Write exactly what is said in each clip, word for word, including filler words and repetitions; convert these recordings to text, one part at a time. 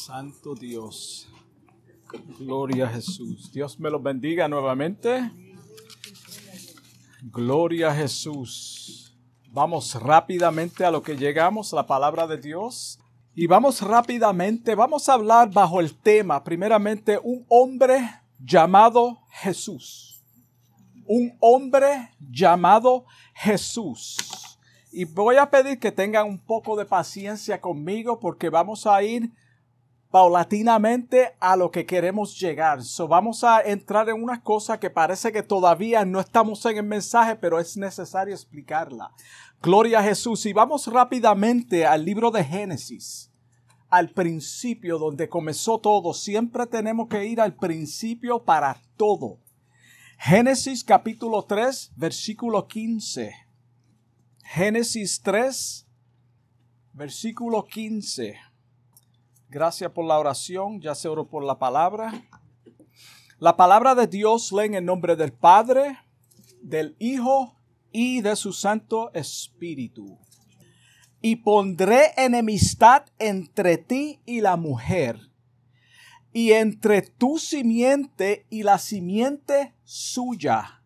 Santo Dios. Gloria a Jesús. Dios me los bendiga nuevamente. Gloria a Jesús. Vamos rápidamente a lo que llegamos, la palabra de Dios. Y vamos rápidamente, vamos a hablar bajo el tema, primeramente, un hombre llamado Jesús. Un hombre llamado Jesús. Y voy a pedir que tengan un poco de paciencia conmigo porque vamos a ir paulatinamente a lo que queremos llegar. So, vamos a entrar en una cosa que parece que todavía no estamos en el mensaje, pero es necesario explicarla. Gloria a Jesús. Y vamos rápidamente al libro de Génesis, al principio donde comenzó todo. Siempre tenemos que ir al principio para todo. Génesis capítulo tres, versículo quince. Génesis tres, versículo quince. Gracias por la oración, ya se oró por la palabra. La palabra de Dios lee en el nombre del Padre, del Hijo y de su Santo Espíritu. Y pondré enemistad entre ti y la mujer, y entre tu simiente y la simiente suya.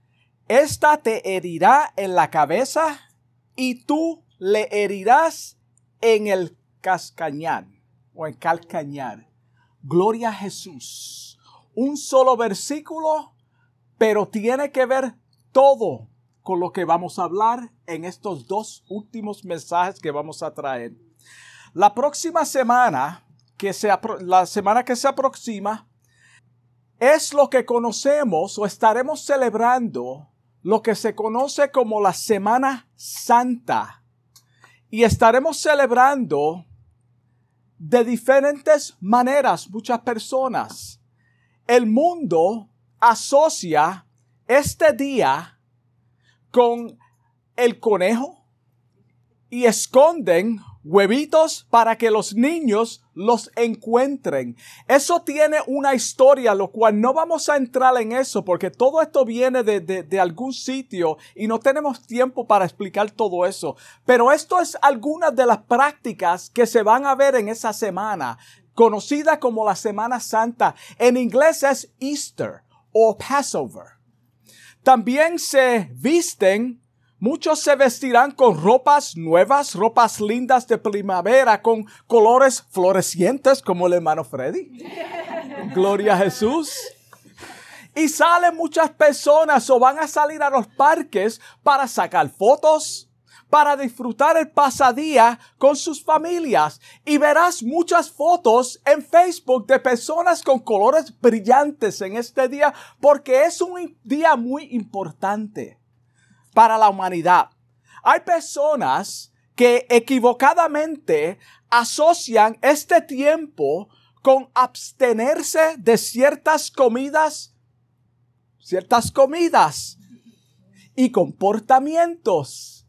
Esta te herirá en la cabeza, y tú le herirás en el cascañar. O en calcañar. Gloria a Jesús. Un solo versículo, pero tiene que ver todo con lo que vamos a hablar en estos dos últimos mensajes que vamos a traer. La próxima semana, que se, la semana que se aproxima, es lo que conocemos o estaremos celebrando lo que se conoce como la Semana Santa. Y estaremos celebrando de diferentes maneras, muchas personas. El mundo asocia este día con el conejo y esconden huevitos para que los niños los encuentren. Eso tiene una historia, lo cual no vamos a entrar en eso porque todo esto viene de, de, de algún sitio y no tenemos tiempo para explicar todo eso. Pero esto es algunas de las prácticas que se van a ver en esa semana, conocida como la Semana Santa. En inglés es Easter o Passover. También se visten. Muchos se vestirán con ropas nuevas, ropas lindas de primavera, con colores florecientes como el hermano Freddy. Gloria a Jesús. Y salen muchas personas o van a salir a los parques para sacar fotos, para disfrutar el pasadía con sus familias. Y verás muchas fotos en Facebook de personas con colores brillantes en este día porque es un día muy importante para la humanidad. Hay personas que equivocadamente asocian este tiempo con abstenerse de ciertas comidas, ciertas comidas y comportamientos.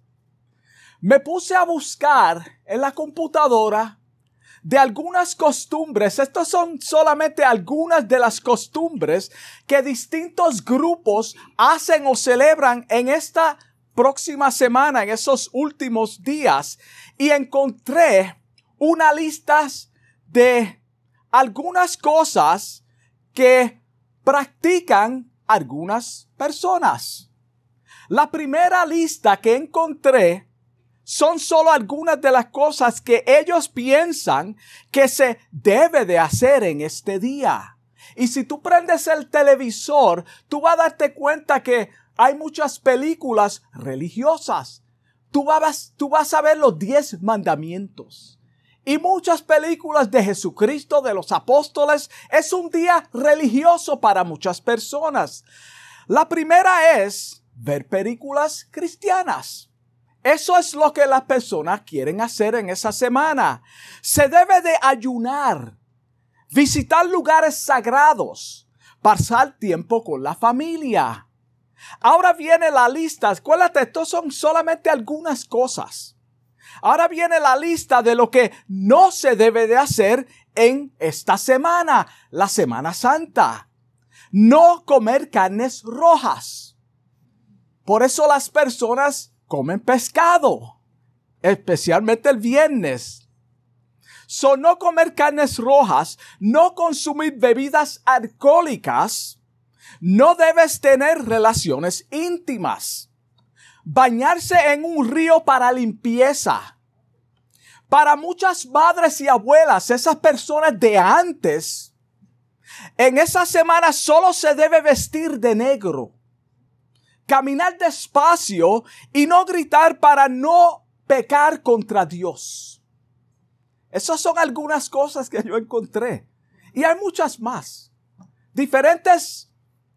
Me puse a buscar en la computadora de algunas costumbres. Estas son solamente algunas de las costumbres que distintos grupos hacen o celebran en esta próxima semana, en esos últimos días. Y encontré una lista de algunas cosas que practican algunas personas. La primera lista que encontré son solo algunas de las cosas que ellos piensan que se debe de hacer en este día. Y si tú prendes el televisor, tú vas a darte cuenta que hay muchas películas religiosas. Tú vas, tú vas a ver los diez mandamientos. Y muchas películas de Jesucristo, de los apóstoles. Es un día religioso para muchas personas. La primera es ver películas cristianas. Eso es lo que las personas quieren hacer en esa semana. Se debe de ayunar, visitar lugares sagrados, pasar tiempo con la familia. Ahora viene la lista. Acuérdate, estos son solamente algunas cosas. Ahora viene la lista de lo que no se debe de hacer en esta semana, la Semana Santa. No comer carnes rojas. Por eso las personas comen pescado, especialmente el viernes. So, no comer carnes rojas, no consumir bebidas alcohólicas, no debes tener relaciones íntimas, bañarse en un río para limpieza. Para muchas madres y abuelas, esas personas de antes, en esa semana solo se debe vestir de negro, caminar despacio y no gritar para no pecar contra Dios. Esas son algunas cosas que yo encontré. Y hay muchas más. Diferentes,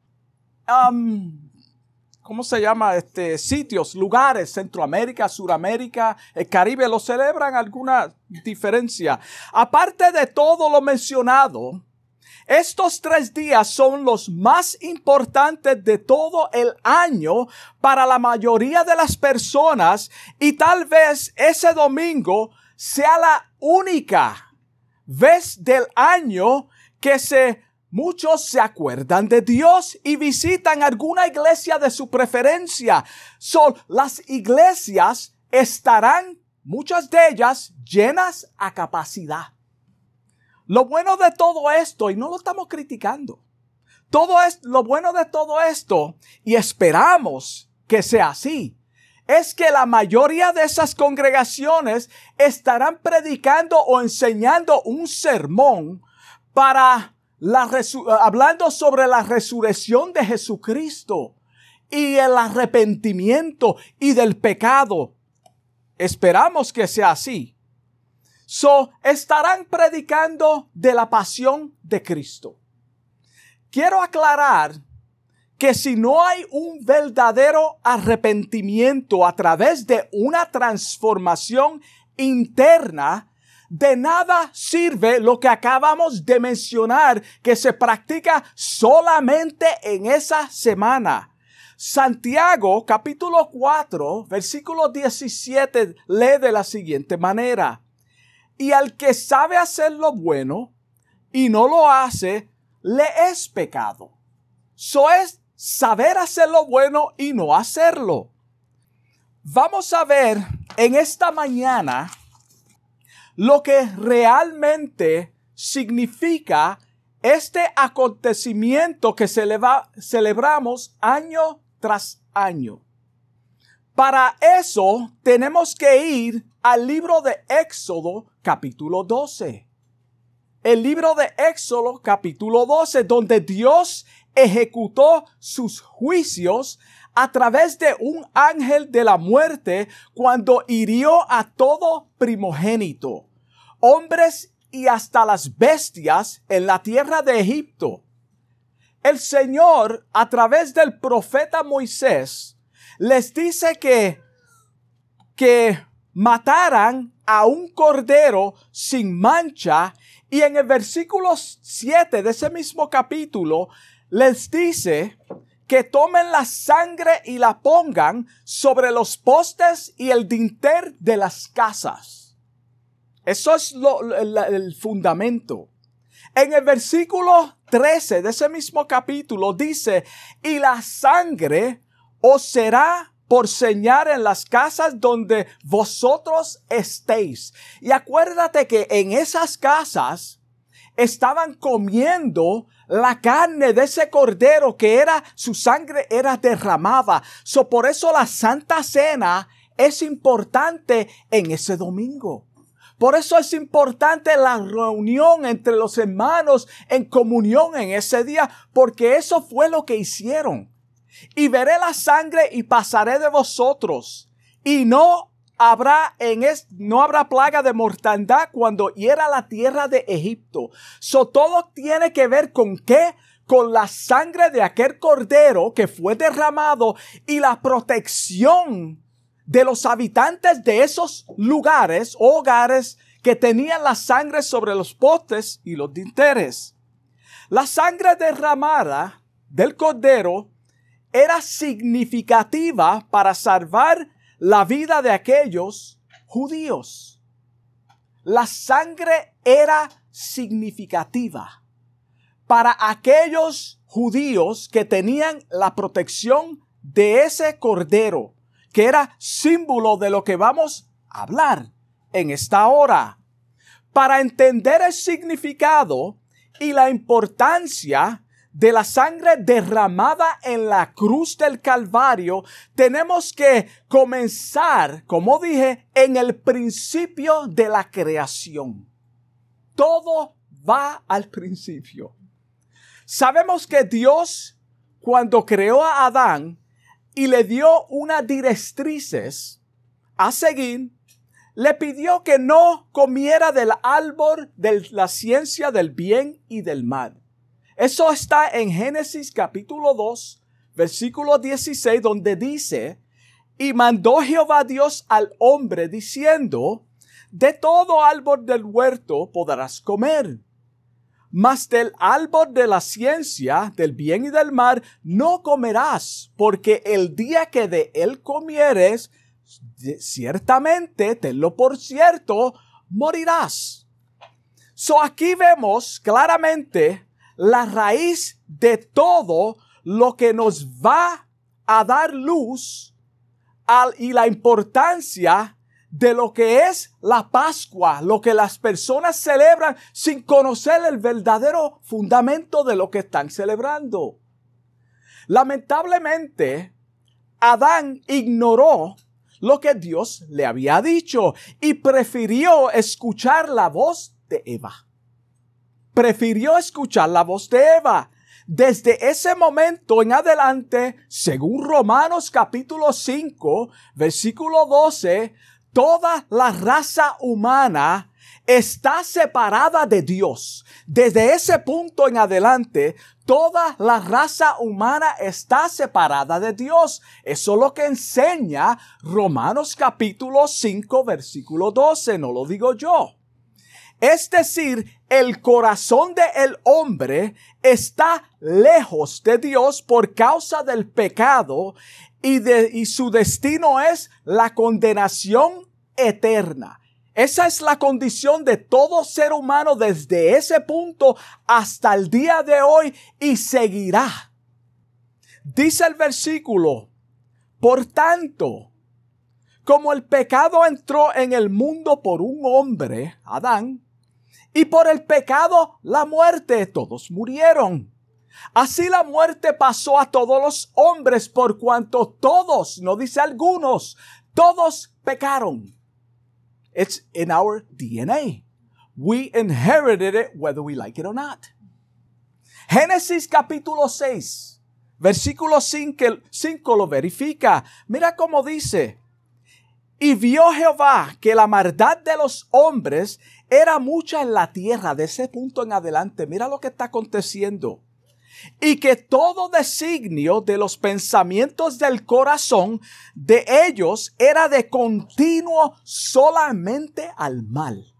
um, ¿cómo se llama? Este, sitios, lugares, Centroamérica, Suramérica, el Caribe, lo celebran alguna diferencia. Aparte de todo lo mencionado, estos tres días son los más importantes de todo el año para la mayoría de las personas y tal vez ese domingo sea la única vez del año que se, muchos se acuerdan de Dios y visitan alguna iglesia de su preferencia. Son las iglesias estarán, muchas de ellas, llenas a capacidad. Lo bueno de todo esto, y no lo estamos criticando, todo es, lo bueno de todo esto, y esperamos que sea así, es que la mayoría de esas congregaciones estarán predicando o enseñando un sermón para la resu- hablando sobre la resurrección de Jesucristo y el arrepentimiento y del pecado. Esperamos que sea así. So, estarán predicando de la pasión de Cristo. Quiero aclarar que si no hay un verdadero arrepentimiento a través de una transformación interna, de nada sirve lo que acabamos de mencionar, que se practica solamente en esa semana. Santiago, capítulo cuatro, versículo diecisiete, lee de la siguiente manera. Y al que sabe hacer lo bueno y no lo hace, le es pecado. So es saber hacer lo bueno y no hacerlo. Vamos a ver en esta mañana lo que realmente significa este acontecimiento que celebra, celebramos año tras año. Para eso tenemos que ir al libro de Éxodo capítulo doce. El libro de Éxodo capítulo doce, donde Dios ejecutó sus juicios a través de un ángel de la muerte cuando hirió a todo primogénito, hombres y hasta las bestias en la tierra de Egipto. El Señor, a través del profeta Moisés, les dice que, que mataran a un cordero sin mancha, y en el versículo siete de ese mismo capítulo les dice que tomen la sangre y la pongan sobre los postes y el dintel de las casas. Eso es lo, el, el fundamento. En el versículo trece de ese mismo capítulo dice, y la sangre os será por señal en las casas donde vosotros estéis. Y acuérdate que en esas casas estaban comiendo la carne de ese cordero que era, su sangre era derramada. So, por eso la Santa Cena es importante en ese domingo. Por eso es importante la reunión entre los hermanos en comunión en ese día, porque eso fue lo que hicieron. Y veré la sangre y pasaré de vosotros, y no habrá en es, no habrá plaga de mortandad cuando hiera la tierra de Egipto. So, todo tiene que ver con qué, con la sangre de aquel cordero que fue derramado y la protección de los habitantes de esos lugares, hogares que tenían la sangre sobre los postes y los dinteles. La sangre derramada del cordero era significativa para salvar la vida de aquellos judíos. La sangre era significativa para aquellos judíos que tenían la protección de ese cordero, que era símbolo de lo que vamos a hablar en esta hora. Para entender el significado y la importancia de la sangre derramada en la cruz del Calvario, tenemos que comenzar, como dije, en el principio de la creación. Todo va al principio. Sabemos que Dios, cuando creó a Adán y le dio unas directrices a seguir, le pidió que no comiera del árbol de la ciencia del bien y del mal. Eso está en Génesis capítulo dos, versículo dieciséis, donde dice, y mandó Jehová Dios al hombre diciendo, de todo árbol del huerto podrás comer, mas del árbol de la ciencia del bien y del mal no comerás, porque el día que de él comieres, ciertamente, tenlo por cierto, morirás. So aquí vemos claramente la raíz de todo lo que nos va a dar luz al, y la importancia de lo que es la Pascua, lo que las personas celebran sin conocer el verdadero fundamento de lo que están celebrando. Lamentablemente, Adán ignoró lo que Dios le había dicho y prefirió escuchar la voz de Eva. Prefirió escuchar la voz de Eva. Desde ese momento en adelante, según Romanos capítulo cinco, versículo doce, toda la raza humana está separada de Dios. Desde ese punto en adelante, toda la raza humana está separada de Dios. Eso es lo que enseña Romanos capítulo cinco, versículo doce. No lo digo yo. Es decir, el corazón del hombre está lejos de Dios por causa del pecado y, de, y su destino es la condenación eterna. Esa es la condición de todo ser humano desde ese punto hasta el día de hoy y seguirá. Dice el versículo, por tanto, como el pecado entró en el mundo por un hombre, Adán, y por el pecado la muerte, todos murieron. Así la muerte pasó a todos los hombres por cuanto todos, no dice algunos, todos pecaron. It's in our D N A. We inherited it whether we like it or not. Génesis capítulo seis, versículo cinco lo verifica. Mira cómo dice. Y vio Jehová que la maldad de los hombres era mucha en la tierra. De ese punto en adelante, mira lo que está aconteciendo. Y que todo designio de los pensamientos del corazón de ellos era de continuo solamente al mal.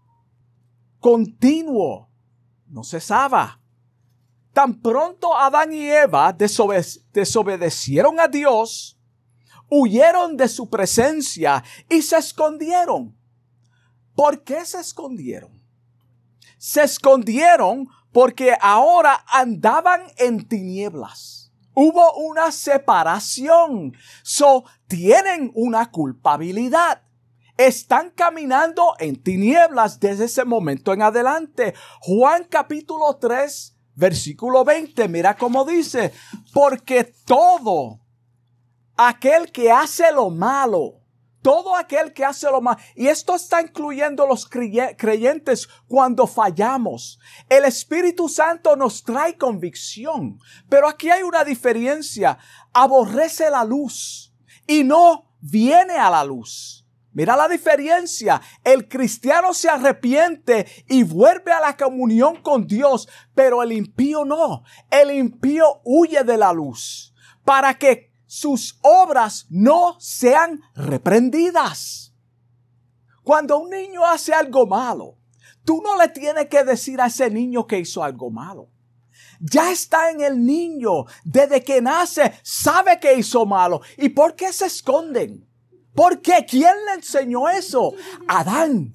Continuo. No cesaba. Tan pronto Adán y Eva desobede- desobedecieron a Dios, huyeron de su presencia y se escondieron. ¿Por qué se escondieron? Se escondieron porque ahora andaban en tinieblas. Hubo una separación. So, tienen una culpabilidad. Están caminando en tinieblas desde ese momento en adelante. Juan capítulo tres, versículo veinte. Mira cómo dice. Porque todo aquel que hace lo malo, todo aquel que hace lo malo, y esto está incluyendo los creyentes cuando fallamos. El Espíritu Santo nos trae convicción, pero aquí hay una diferencia. Aborrece la luz y no viene a la luz. Mira la diferencia. El cristiano se arrepiente y vuelve a la comunión con Dios, pero el impío no. El impío huye de la luz para que sus obras no sean reprendidas. Cuando un niño hace algo malo, tú no le tienes que decir a ese niño que hizo algo malo. Ya está en el niño. Desde que nace, sabe que hizo malo. ¿Y por qué se esconden? ¿Por qué? ¿Quién le enseñó eso? Adán.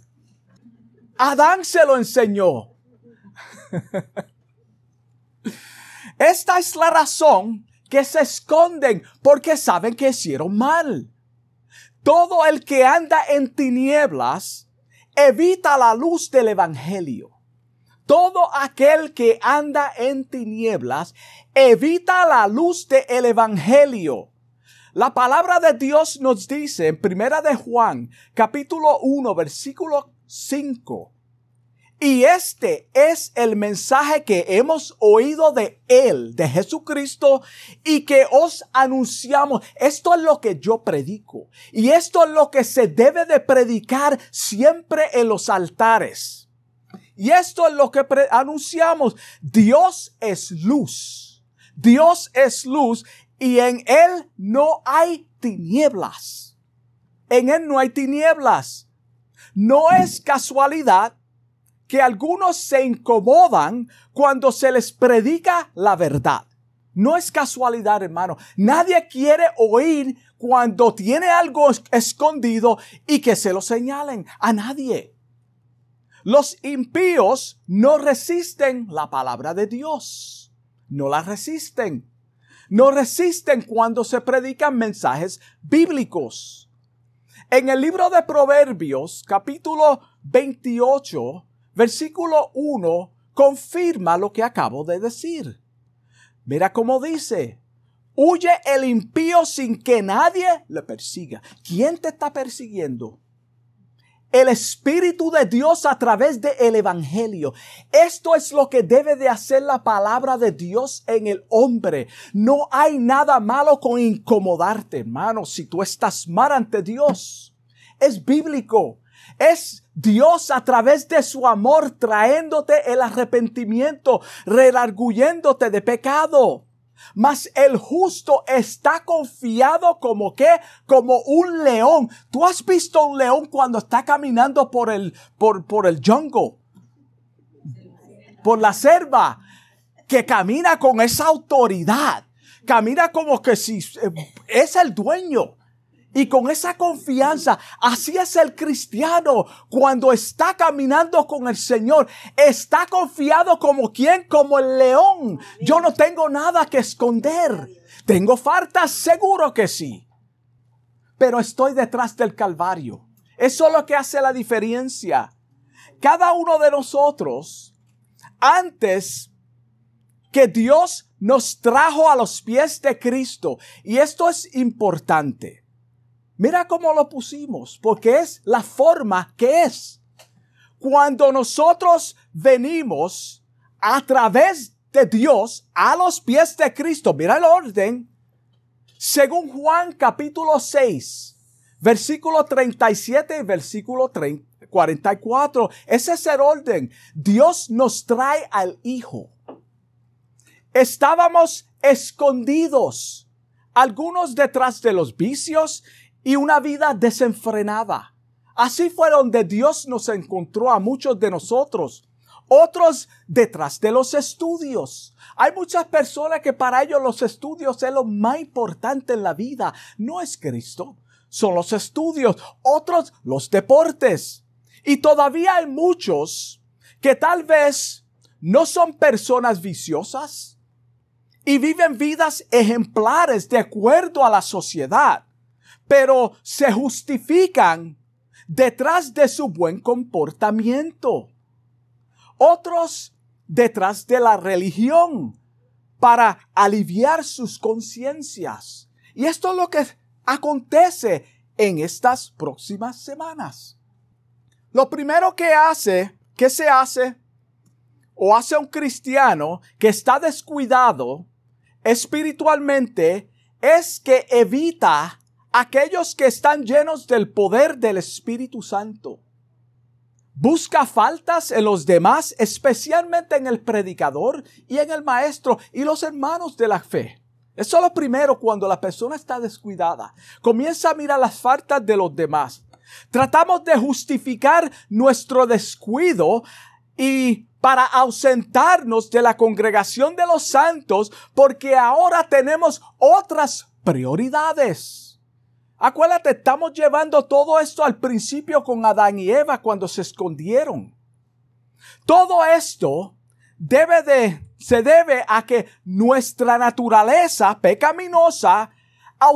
Adán se lo enseñó. Esta es la razón que se esconden, porque saben que hicieron mal. Todo el que anda en tinieblas evita la luz del evangelio. Todo aquel que anda en tinieblas evita la luz del evangelio. La palabra de Dios nos dice en Primera de Juan, capítulo uno, versículo cinco. Y este es el mensaje que hemos oído de Él, de Jesucristo, y que os anunciamos. Esto es lo que yo predico. Y esto es lo que se debe de predicar siempre en los altares. Y esto es lo que pre- anunciamos. Dios es luz. Dios es luz y en Él no hay tinieblas. En Él no hay tinieblas. No es casualidad que algunos se incomodan cuando se les predica la verdad. No es casualidad, hermano. Nadie quiere oír cuando tiene algo escondido y que se lo señalen. A nadie. Los impíos no resisten la palabra de Dios. No la resisten. No resisten cuando se predican mensajes bíblicos. En el libro de Proverbios, capítulo veintiocho, versículo uno, confirma lo que acabo de decir. Mira cómo dice: huye el impío sin que nadie le persiga. ¿Quién te está persiguiendo? El Espíritu de Dios a través del Evangelio. Esto es lo que debe de hacer la palabra de Dios en el hombre. No hay nada malo con incomodarte, hermano, si tú estás mal ante Dios. Es bíblico. Es Dios a través de su amor trayéndote el arrepentimiento, redarguyéndote de pecado. Mas el justo está confiado como que, como un león. ¿Tú has visto un león cuando está caminando por el, por, por el jungle? Por la selva. Que camina con esa autoridad. Camina como que si es el dueño. Y con esa confianza, así es el cristiano cuando está caminando con el Señor. Está confiado como quien, como el león. Yo no tengo nada que esconder. ¿Tengo faltas? Seguro que sí. Pero estoy detrás del Calvario. Eso es lo que hace la diferencia. Cada uno de nosotros, antes que Dios nos trajo a los pies de Cristo, y esto es importante. Mira cómo lo pusimos, porque es la forma que es. Cuando nosotros venimos a través de Dios a los pies de Cristo, mira el orden. Según Juan capítulo seis, versículo treinta y siete y versículo cuarenta y cuatro, ese es el orden. Dios nos trae al Hijo. Estábamos escondidos, algunos detrás de los vicios y una vida desenfrenada. Así fue donde Dios nos encontró a muchos de nosotros. Otros detrás de los estudios. Hay muchas personas que para ellos los estudios es lo más importante en la vida. No es Cristo, son los estudios. Otros los deportes. Y todavía hay muchos que tal vez no son personas viciosas y viven vidas ejemplares de acuerdo a la sociedad, pero se justifican detrás de su buen comportamiento. Otros detrás de la religión para aliviar sus conciencias. Y esto es lo que acontece en estas próximas semanas. Lo primero que hace, que se hace, o hace un cristiano que está descuidado espiritualmente, es que evita aquellos que están llenos del poder del Espíritu Santo. Busca faltas en los demás, especialmente en el predicador y en el maestro y los hermanos de la fe. Eso es lo primero cuando la persona está descuidada. Comienza a mirar las faltas de los demás. Tratamos de justificar nuestro descuido y para ausentarnos de la congregación de los santos porque ahora tenemos otras prioridades. Acuérdate, estamos llevando todo esto al principio con Adán y Eva cuando se escondieron. Todo esto debe de, se debe a que nuestra naturaleza pecaminosa,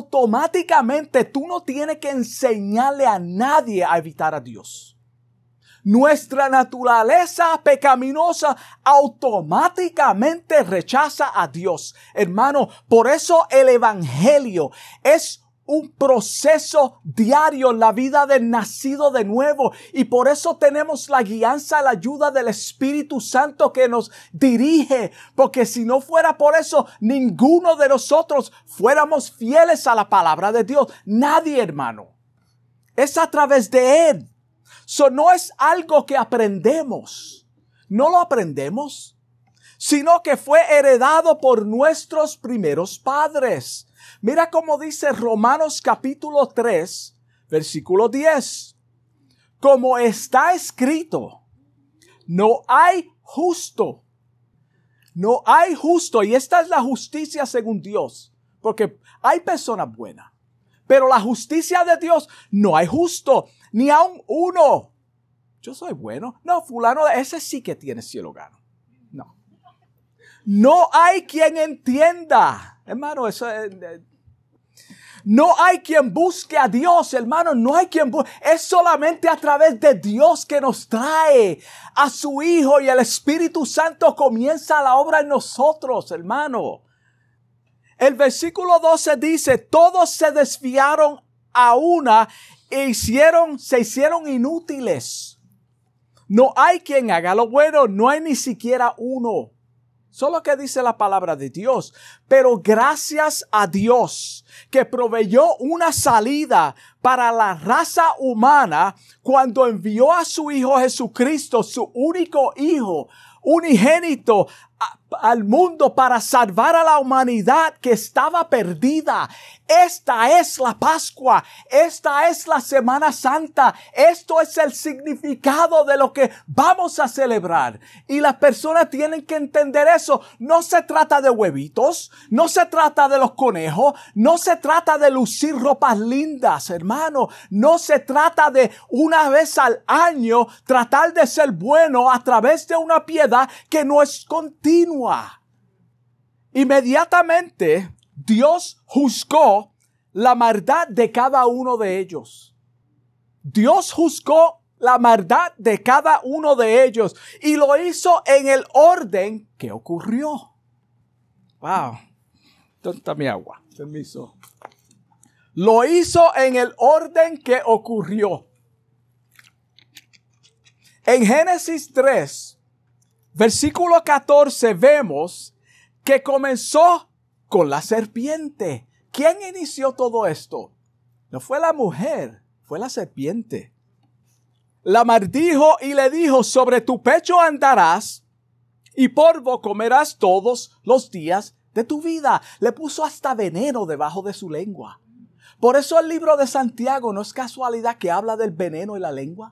automáticamente tú no tienes que enseñarle a nadie a evitar a Dios. nuestra naturaleza pecaminosa automáticamente rechaza a Dios. Hermano, por eso el evangelio es un proceso diario en la vida del nacido de nuevo. Y por eso tenemos la guianza, la ayuda del Espíritu Santo que nos dirige. Porque si no fuera por eso, ninguno de nosotros fuéramos fieles a la palabra de Dios. Nadie, hermano. Es a través de Él. So, no es algo que aprendemos. No lo aprendemos. Sino que fue heredado por nuestros primeros padres. Mira cómo dice Romanos capítulo tres, versículo diez. Como está escrito, no hay justo. No hay justo. Y esta es la justicia según Dios. Porque hay personas buenas. Pero la justicia de Dios, no hay justo. Ni aun uno. Yo soy bueno. No, fulano, ese sí que tiene cielo gano. No. No hay quien entienda. Hermano, eso es... No hay quien busque a Dios, hermano. No hay quien busque. Es solamente a través de Dios que nos trae a su Hijo y el Espíritu Santo comienza la obra en nosotros, hermano. El versículo doce dice, todos se desviaron a una e hicieron, se hicieron inútiles. No hay quien haga lo bueno, no hay ni siquiera uno. Solo que dice la palabra de Dios. Pero gracias a Dios que proveyó una salida para la raza humana cuando envió a su Hijo Jesucristo, su único Hijo, unigénito, a, al mundo para salvar a la humanidad que estaba perdida. Esta es la Pascua. Esta es la Semana Santa. Esto es el significado de lo que vamos a celebrar. Y las personas tienen que entender eso. No se trata de huevitos. No se trata de los conejos. No se trata de lucir ropas lindas, hermano. No se trata de una vez al año tratar de ser bueno a través de una piedad que no es continua. Inmediatamente Dios juzgó la maldad de cada uno de ellos. Dios juzgó la maldad de cada uno de ellos y lo hizo en el orden que ocurrió. Wow. ¿Dónde está mi agua? Permiso. Lo hizo en el orden que ocurrió. En Génesis tres, versículo catorce, vemos que comenzó con la serpiente. ¿Quién inició todo esto? No fue la mujer, fue la serpiente. La maldijo y le dijo, sobre tu pecho andarás y polvo comerás todos los días de tu vida. Le puso hasta veneno debajo de su lengua. Por eso el libro de Santiago no es casualidad que habla del veneno y la lengua.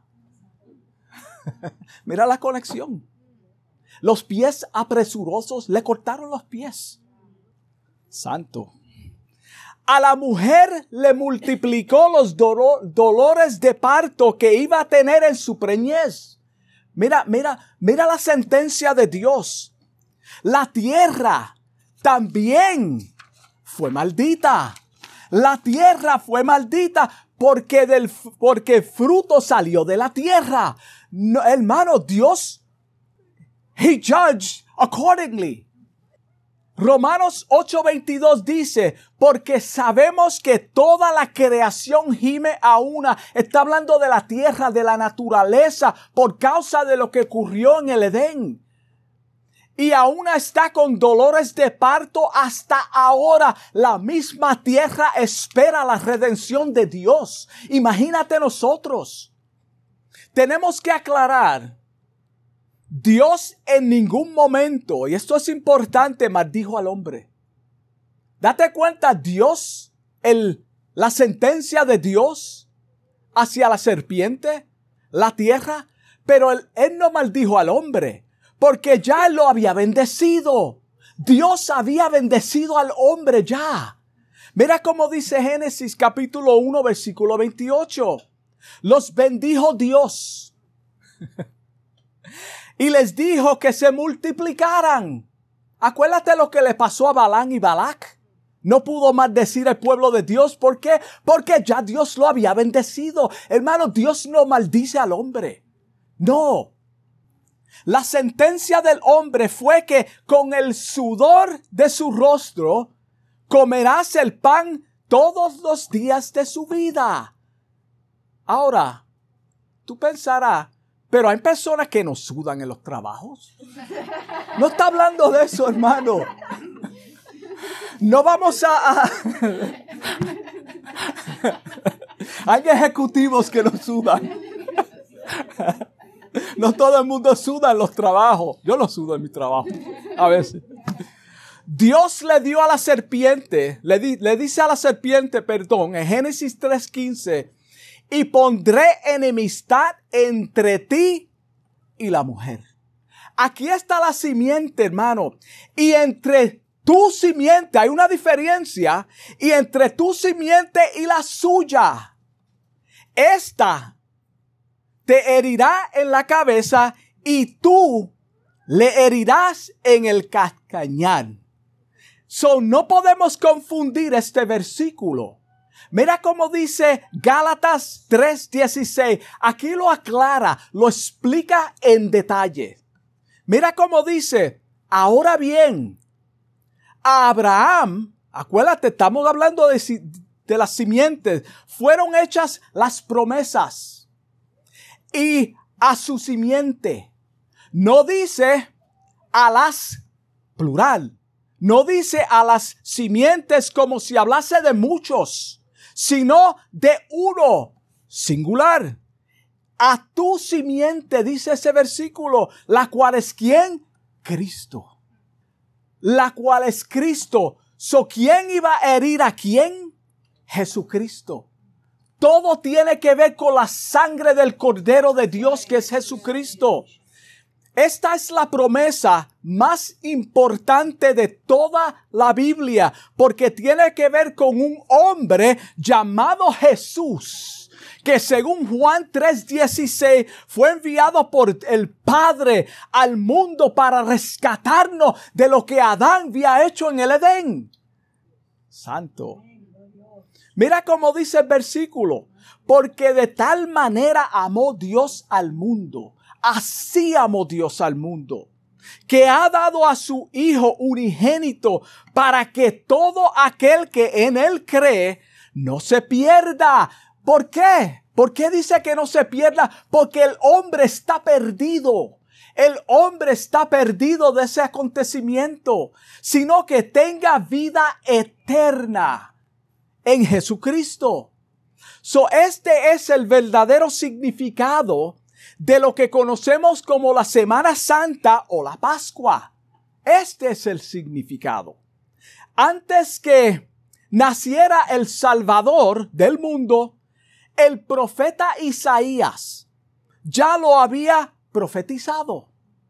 Mira la conexión. Los pies apresurosos le cortaron los pies. Santo. A la mujer le multiplicó los do- dolores de parto que iba a tener en su preñez. Mira, mira, mira la sentencia de Dios. La tierra también fue maldita. La tierra fue maldita porque del porque fruto salió de la tierra. No, hermano, Dios, He judged accordingly. Romanos ocho veintidós dice, porque sabemos que toda la creación gime a una. Está hablando de la tierra, de la naturaleza, por causa de lo que ocurrió en el Edén. Y aún está con dolores de parto hasta ahora. La misma tierra espera la redención de Dios. Imagínate nosotros. Tenemos que aclarar. Dios en ningún momento, y esto es importante, maldijo al hombre. Date cuenta, Dios, el, la sentencia de Dios hacia la serpiente, la tierra, pero él, él no maldijo al hombre, porque ya él lo había bendecido. Dios había bendecido al hombre ya. Mira cómo dice Génesis capítulo uno, versículo veintiocho. Los bendijo Dios. Y les dijo que se multiplicaran. Acuérdate lo que le pasó a Balán y Balac. No pudo maldecir al pueblo de Dios. ¿Por qué? Porque ya Dios lo había bendecido. Hermano, Dios no maldice al hombre. No. La sentencia del hombre fue que con el sudor de su rostro comerás el pan todos los días de su vida. Ahora, tú pensarás, pero hay personas que no sudan en los trabajos. No está hablando de eso, hermano. No vamos a... a... Hay ejecutivos que no sudan. No todo el mundo suda en los trabajos. Yo no sudo en mi trabajo, a veces. Dios le dio a la serpiente, le, di, le dice a la serpiente, perdón, en Génesis tres quince, y pondré enemistad entre ti y la mujer. Aquí está la simiente, hermano. Y entre tu simiente, hay una diferencia, y entre tu simiente y la suya, esta te herirá en la cabeza y tú le herirás en el calcañar. So, no podemos confundir este versículo. Mira cómo dice Gálatas tres dieciséis. Aquí lo aclara, lo explica en detalle. Mira cómo dice, ahora bien, a Abraham, acuérdate, estamos hablando de, de las simientes, fueron hechas las promesas. Y a su simiente. No dice a las, plural, no dice a las simientes como si hablase de muchos, sino de uno, singular. A tu simiente, dice ese versículo, la cual es ¿quién? Cristo. La cual es Cristo. So, ¿quién iba a herir a quién? Jesucristo. Todo tiene que ver con la sangre del Cordero de Dios, que es Jesucristo. Esta es la promesa más importante de toda la Biblia, porque tiene que ver con un hombre llamado Jesús, que según Juan tres dieciséis fue enviado por el Padre al mundo para rescatarnos de lo que Adán había hecho en el Edén. Santo. Mira cómo dice el versículo, porque de tal manera amó Dios al mundo, así amó Dios al mundo, que ha dado a su Hijo unigénito para que todo aquel que en él cree no se pierda. ¿Por qué? ¿Por qué dice que no se pierda? Porque el hombre está perdido. El hombre está perdido de ese acontecimiento, sino que tenga vida eterna en Jesucristo. So, este es el verdadero significado de lo que conocemos como la Semana Santa o la Pascua. Este es el significado. Antes que naciera el Salvador del mundo, el profeta Isaías ya lo había profetizado.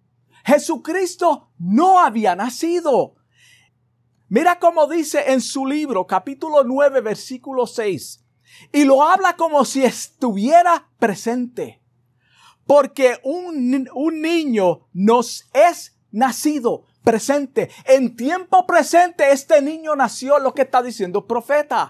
Jesucristo no había nacido. Mira cómo dice en su libro, capítulo nueve, versículo seis. Y lo habla como si estuviera presente. Porque un, un niño nos es nacido presente. En tiempo presente este niño nació, lo que está diciendo el profeta.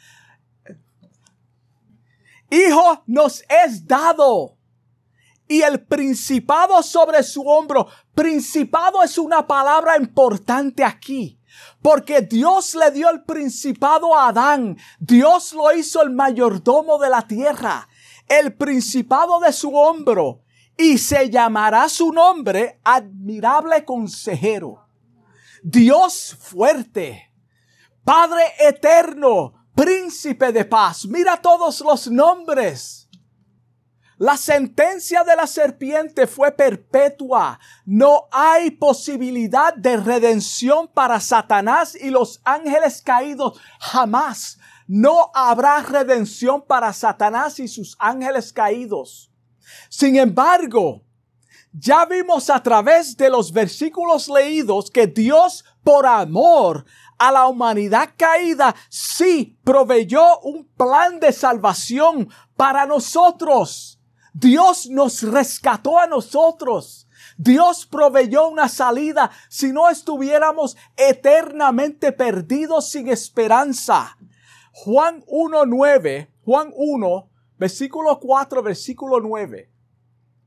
Hijo nos es dado. Y el principado sobre su hombro. Principado es una palabra importante aquí. Porque Dios le dio el principado a Adán. Dios lo hizo el mayordomo de la tierra. El principado de su hombro. Y se llamará su nombre admirable consejero. Dios fuerte. Padre eterno. Príncipe de paz. Mira todos los nombres. La sentencia de la serpiente fue perpetua. No hay posibilidad de redención para Satanás y los ángeles caídos. Jamás. No habrá redención para Satanás y sus ángeles caídos. Sin embargo, ya vimos a través de los versículos leídos que Dios, por amor a la humanidad caída, sí proveyó un plan de salvación para nosotros. Dios nos rescató a nosotros. Dios proveyó una salida si no estuviéramos eternamente perdidos sin esperanza. Juan uno nueve, Juan uno, versículo cuatro, versículo nueve.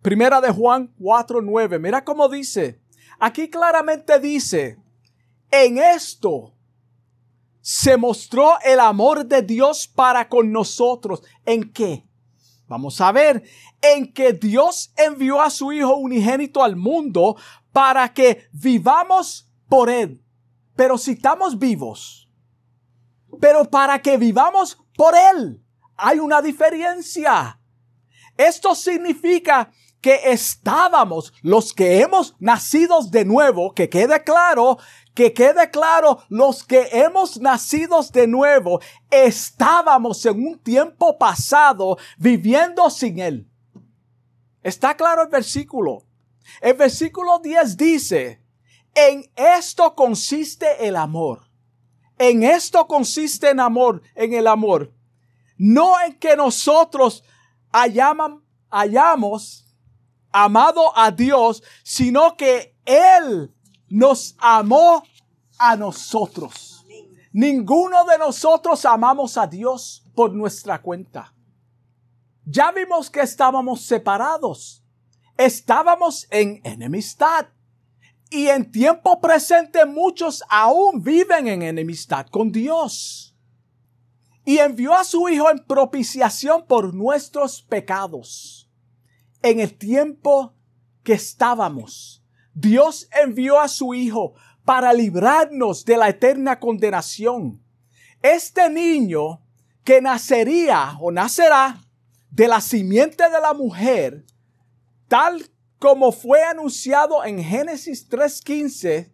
Primera de Juan cuatro nueve. Mira cómo dice. Aquí claramente dice, en esto se mostró el amor de Dios para con nosotros. ¿En qué? Vamos a ver. En que Dios envió a su Hijo unigénito al mundo para que vivamos por Él. Pero si estamos vivos, pero para que vivamos por Él, hay una diferencia. Esto significa que estábamos, los que hemos nacido de nuevo, que quede claro, que quede claro, los que hemos nacido de nuevo, estábamos en un tiempo pasado viviendo sin Él. ¿Está claro el versículo? El versículo diez dice, en esto consiste el amor. En esto consiste en amor, en el amor. No en que nosotros hayamos, hayamos amado a Dios, sino que Él nos amó a nosotros. Ninguno de nosotros amamos a Dios por nuestra cuenta. Ya vimos que estábamos separados. Estábamos en enemistad. Y en tiempo presente muchos aún viven en enemistad con Dios. Y envió a su Hijo en propiciación por nuestros pecados. En el tiempo que estábamos, Dios envió a su Hijo para librarnos de la eterna condenación. Este niño que nacería o nacerá de la simiente de la mujer, tal como fue anunciado en Génesis tres quince,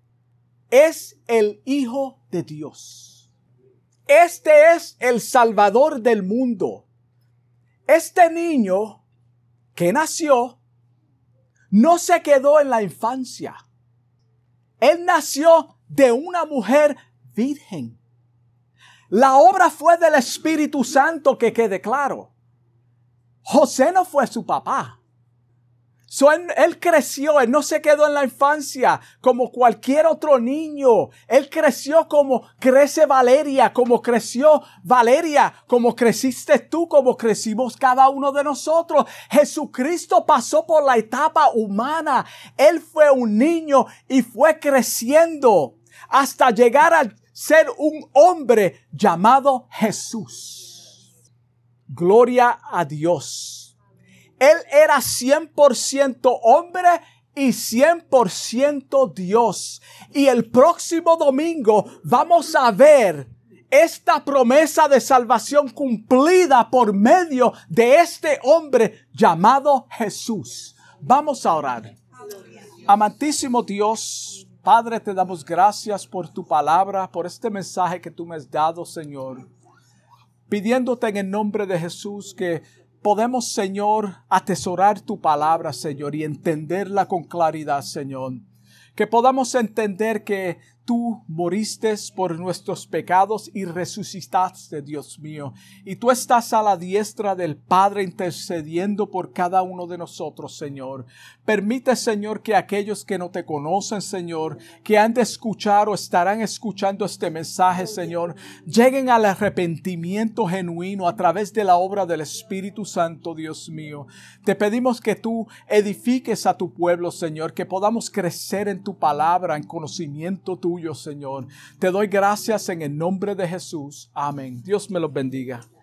es el Hijo de Dios. Este es el Salvador del mundo. Este niño que nació no se quedó en la infancia. Él nació de una mujer virgen. La obra fue del Espíritu Santo, que quede claro. José no fue su papá. So, él, él creció, él no se quedó en la infancia como cualquier otro niño. Él creció como crece Valeria, como creció Valeria, como creciste tú, como crecimos cada uno de nosotros. Jesucristo pasó por la etapa humana. Él fue un niño y fue creciendo hasta llegar a ser un hombre llamado Jesús. Gloria a Dios. Él era cien por ciento hombre y cien por ciento Dios. Y el próximo domingo vamos a ver esta promesa de salvación cumplida por medio de este hombre llamado Jesús. Vamos a orar. Amantísimo Dios, Padre, te damos gracias por tu palabra, por este mensaje que tú me has dado, Señor. Pidiéndote en el nombre de Jesús que podemos, Señor, atesorar tu palabra, Señor, y entenderla con claridad, Señor. Que podamos entender que tú moriste por nuestros pecados y resucitaste, Dios mío. Y tú estás a la diestra del Padre intercediendo por cada uno de nosotros, Señor. Permite, Señor, que aquellos que no te conocen, Señor, que han de escuchar o estarán escuchando este mensaje, Señor, lleguen al arrepentimiento genuino a través de la obra del Espíritu Santo, Dios mío. Te pedimos que tú edifiques a tu pueblo, Señor, que podamos crecer en tu palabra, en conocimiento tuyo, Señor. Te doy gracias en el nombre de Jesús. Amén. Dios me los bendiga.